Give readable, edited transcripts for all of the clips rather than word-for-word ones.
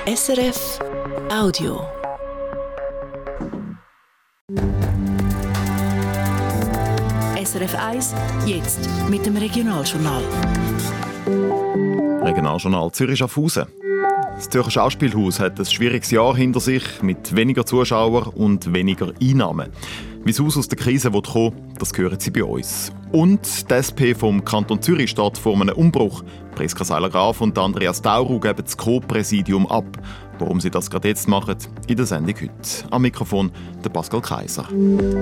SRF Audio. SRF 1, jetzt mit dem Regionaljournal. Regionaljournal Zürich-Schaffhausen. Das Zürcher Schauspielhaus hat ein schwieriges Jahr hinter sich mit weniger Zuschauern und weniger Einnahmen. Wie das Haus aus der Krise kommen will, das hören Sie bei uns. Und die SP vom Kanton Zürich steht vor einem Umbruch. Priska Seiler-Graf und Andreas Dauru geben das Co-Präsidium ab. Warum sie das gerade jetzt machen, in der Sendung heute. Am Mikrofon der Pascal Kaiser.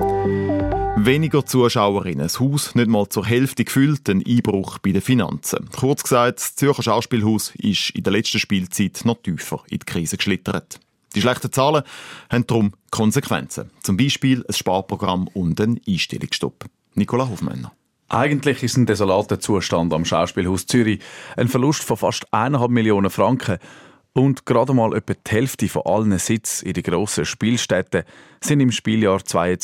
Weniger Zuschauerinnen, das Haus nicht mal zur Hälfte gefüllt, ein Einbruch bei den Finanzen. Kurz gesagt, das Zürcher Schauspielhaus ist in der letzten Spielzeit noch tiefer in die Krise geschlittert. Die schlechten Zahlen haben darum Konsequenzen. Zum Beispiel ein Sparprogramm und ein Einstellungsstopp. Nicola Hofmänner. Eigentlich ist ein desolater Zustand am Schauspielhaus Zürich. Ein Verlust von fast 1,5 Millionen Franken. Und gerade mal etwa die Hälfte von allen Sitzen in den grossen Spielstätten sind im Spieljahr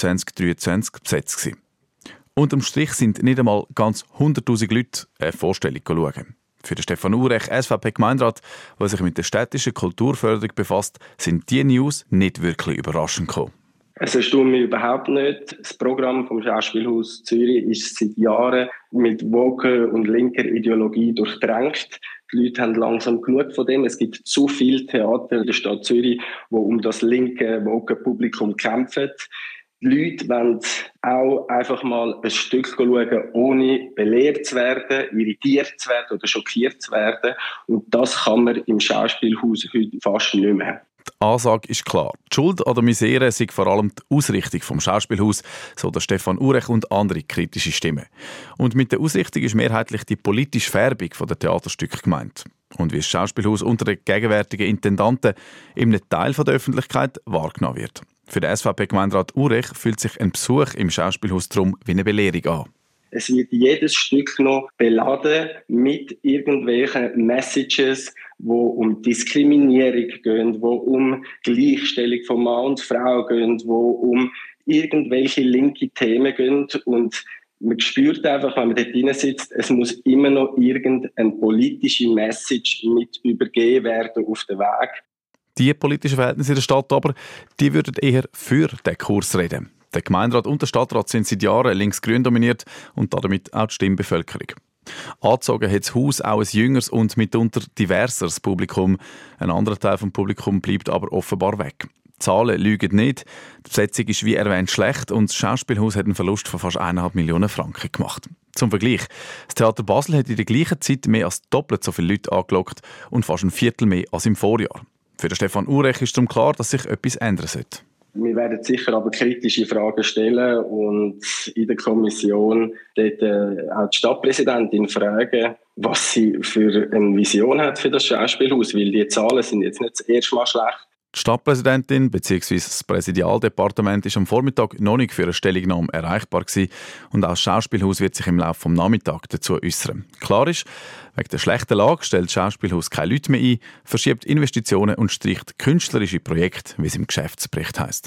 22/23 besetzt gewesen. Unterm Strich sind nicht einmal ganz 100'000 Leute eine Vorstellung schauen. Für den Stefan Urech, SVP-Gemeinderat, der sich mit der städtischen Kulturförderung befasst, sind diese News nicht wirklich überraschend gekommen. Es erstaunt mich überhaupt nicht. Das Programm vom Schauspielhaus Zürich ist seit Jahren mit woke und linker Ideologie durchdrängt. Die Leute haben langsam genug von dem. Es gibt zu viele Theater in der Stadt Zürich, die um das linke, woke Publikum kämpfen. Die Leute wollen auch einfach mal ein Stück schauen, ohne belehrt zu werden, irritiert zu werden oder schockiert zu werden. Und das kann man im Schauspielhaus heute fast nicht mehr. Die Ansage ist klar. Die Schuld an der Misere sei vor allem die Ausrichtung vom Schauspielhaus, so der Stefan Urech und andere kritische Stimmen. Und mit der Ausrichtung ist mehrheitlich die politische Färbung der Theaterstücke gemeint. Und wie das Schauspielhaus unter den gegenwärtigen Intendanten in einem Teil der Öffentlichkeit wahrgenommen wird. Für den SVP-Gemeinderat Urech fühlt sich ein Besuch im Schauspielhaus darum wie eine Belehrung an. Es wird jedes Stück noch beladen mit irgendwelchen Messages, die um Diskriminierung gehen, die um Gleichstellung von Mann und Frau gehen, die um irgendwelche linke Themen gehen. Und man spürt einfach, wenn man dort drin sitzt, es muss immer noch irgendeine politische Message mit übergeben werden auf den Weg. Die politischen Verhältnisse in der Stadt aber, die würden eher für den Kurs reden. Der Gemeinderat und der Stadtrat sind seit Jahren links-grün dominiert und damit auch die Stimmbevölkerung. Angezogen hat das Haus auch ein jüngeres und mitunter diverseres Publikum. Ein anderer Teil des Publikums bleibt aber offenbar weg. Die Zahlen lügen nicht. Die Besetzung ist wie erwähnt schlecht und das Schauspielhaus hat einen Verlust von fast 1,5 Millionen Franken gemacht. Zum Vergleich, das Theater Basel hat in der gleichen Zeit mehr als doppelt so viele Leute angelockt und fast ein Viertel mehr als im Vorjahr. Für den Stefan Urech ist darum klar, dass sich etwas ändern sollte. Wir werden sicher aber kritische Fragen stellen und in der Kommission dort auch die Stadtpräsidentin fragen, was sie für eine Vision hat für das Schauspielhaus, weil die Zahlen sind jetzt nicht das erste Mal schlecht. Die Stadtpräsidentin bzw. das Präsidialdepartement ist am Vormittag noch nicht für eine Stellungnahme erreichbar gewesen und auch das Schauspielhaus wird sich im Laufe des Nachmittags dazu äußern. Klar ist, wegen der schlechten Lage stellt das Schauspielhaus keine Leute mehr ein, verschiebt Investitionen und streicht künstlerische Projekte, wie es im Geschäftsbericht heisst.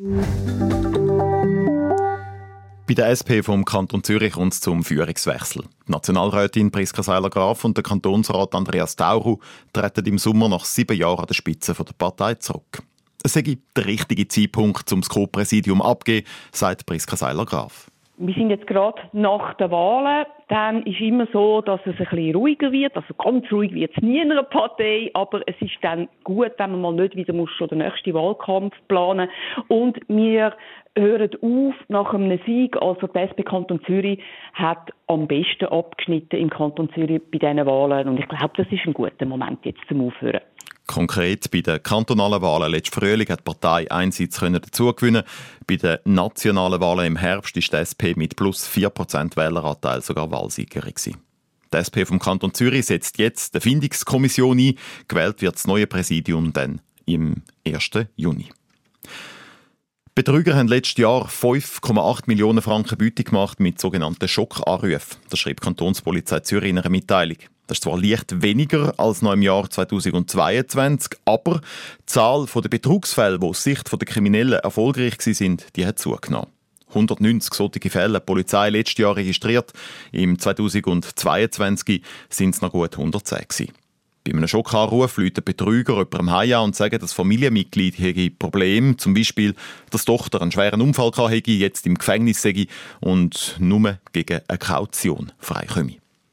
Bei der SP vom Kanton Zürich kommt es zum Führungswechsel. Die Nationalrätin Priska Seiler-Graf und der Kantonsrat Andreas Dauru treten im Sommer nach 7 Jahren an der Spitze der Partei zurück. Es sei der richtige Zeitpunkt, um das Co-Präsidium abzugeben, sagt Priska Seiler-Graf. Wir sind jetzt gerade nach den Wahlen. Dann ist immer so, dass es ein bisschen ruhiger wird. Also ganz ruhig wird es nie in einer Partei. Aber es ist dann gut, wenn man mal nicht wieder schon den nächsten Wahlkampf planen muss. Und wir hören auf nach einem Sieg. Also die SP Kanton Zürich hat am besten abgeschnitten im Kanton Zürich bei diesen Wahlen. Und ich glaube, das ist ein guter Moment jetzt zum Aufhören. Konkret bei den kantonalen Wahlen letzten Frühling hat die Partei einen Sitz dazugewinnen. Bei den nationalen Wahlen im Herbst war die SP mit plus 4% Wähleranteil sogar Wahlsiegerin. Die SP vom Kanton Zürich setzt jetzt die Findungskommission ein. Gewählt wird das neue Präsidium dann im 1. Juni. Betrüger haben letztes Jahr 5,8 Millionen Franken Beute gemacht mit sogenannten Schockanrufen. Das schreibt die Kantonspolizei Zürich in einer Mitteilung. Das ist zwar leicht weniger als noch im Jahr 2022, aber die Zahl der Betrugsfälle, die aus Sicht der Kriminellen erfolgreich waren, die hat zugenommen. 190 solche Fälle hat die Polizei letztes Jahr registriert. Im 2022 sind es noch gut 110 gewesen. Bei einem Schockanruf läuten Betrüger jemandem heim an und sagen, das Familienmitglied hätte Probleme. Zum Beispiel, dass die Tochter einen schweren Unfall hatte, jetzt im Gefängnis sei und nur gegen eine Kaution freikomme.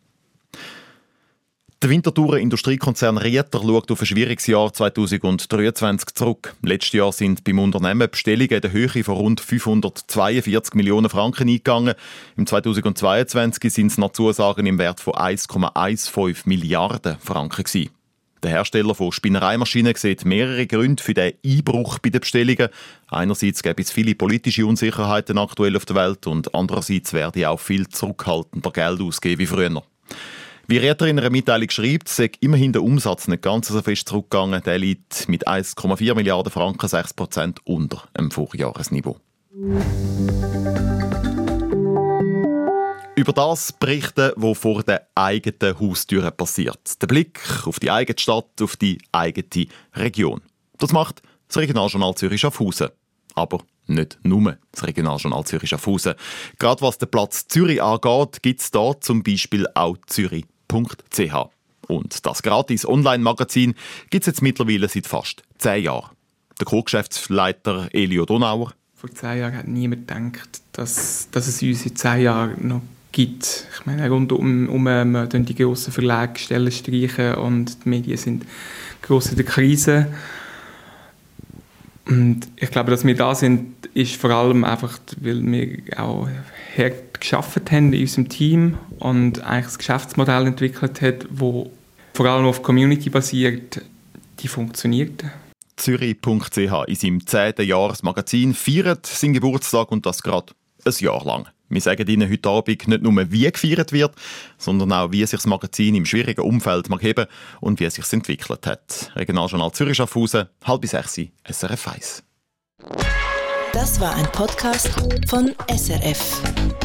Der Winterthurer Industriekonzern Rieter schaut auf ein schwieriges Jahr 2023 zurück. Letztes Jahr sind beim Unternehmen Bestellungen in der Höhe von rund 542 Millionen Franken eingegangen. Im 2022 sind es noch Zusagen im Wert von 1,15 Milliarden Franken gewesen. Der Hersteller von Spinnereimaschinen sieht mehrere Gründe für den Einbruch bei den Bestellungen. Einerseits gibt es viele politische Unsicherheiten aktuell auf der Welt und andererseits werde auch viel zurückhaltender Geld ausgeben wie früher. Wie Rieter in einer Mitteilung schreibt, sei immerhin der Umsatz nicht ganz so fest zurückgegangen. Der liegt mit 1,4 Milliarden Franken 6% unter dem Vorjahresniveau. Über das berichten, was vor den eigenen Haustüren passiert. Der Blick auf die eigene Stadt, auf die eigene Region. Das macht das Regionaljournal Zürich Schaffhausen. Aber nicht nur das Regionaljournal Zürich Schaffhausen. Gerade was den Platz Zürich angeht, gibt es da zum Beispiel auch Zürich.ch. Und das gratis Online-Magazin gibt es jetzt mittlerweile seit fast 10 Jahren. Der Co-Geschäftsleiter Elio Donauer. Vor 10 Jahren hat niemand gedacht, dass es uns in 10 Jahren noch gibt. Ich meine, rundum die grossen Verlage Stellen streichen und die Medien sind gross in der Krise. Und ich glaube, dass wir da sind, ist vor allem einfach, weil wir auch hart gearbeitet haben in unserem Team und eigentlich ein Geschäftsmodell entwickelt hat, das vor allem auf Community basiert, die funktioniert. Zürich.ch in seinem 10. Jahr das Magazin feiert seinen Geburtstag und das gerade ein Jahr lang. Wir sagen Ihnen heute Abend nicht nur, wie gefeiert wird, sondern auch, wie sich das Magazin im schwierigen Umfeld mag heben und wie es sich entwickelt hat. Regionaljournal Zürich Schaffhausen, 5:30, SRF 1. Das war ein Podcast von SRF.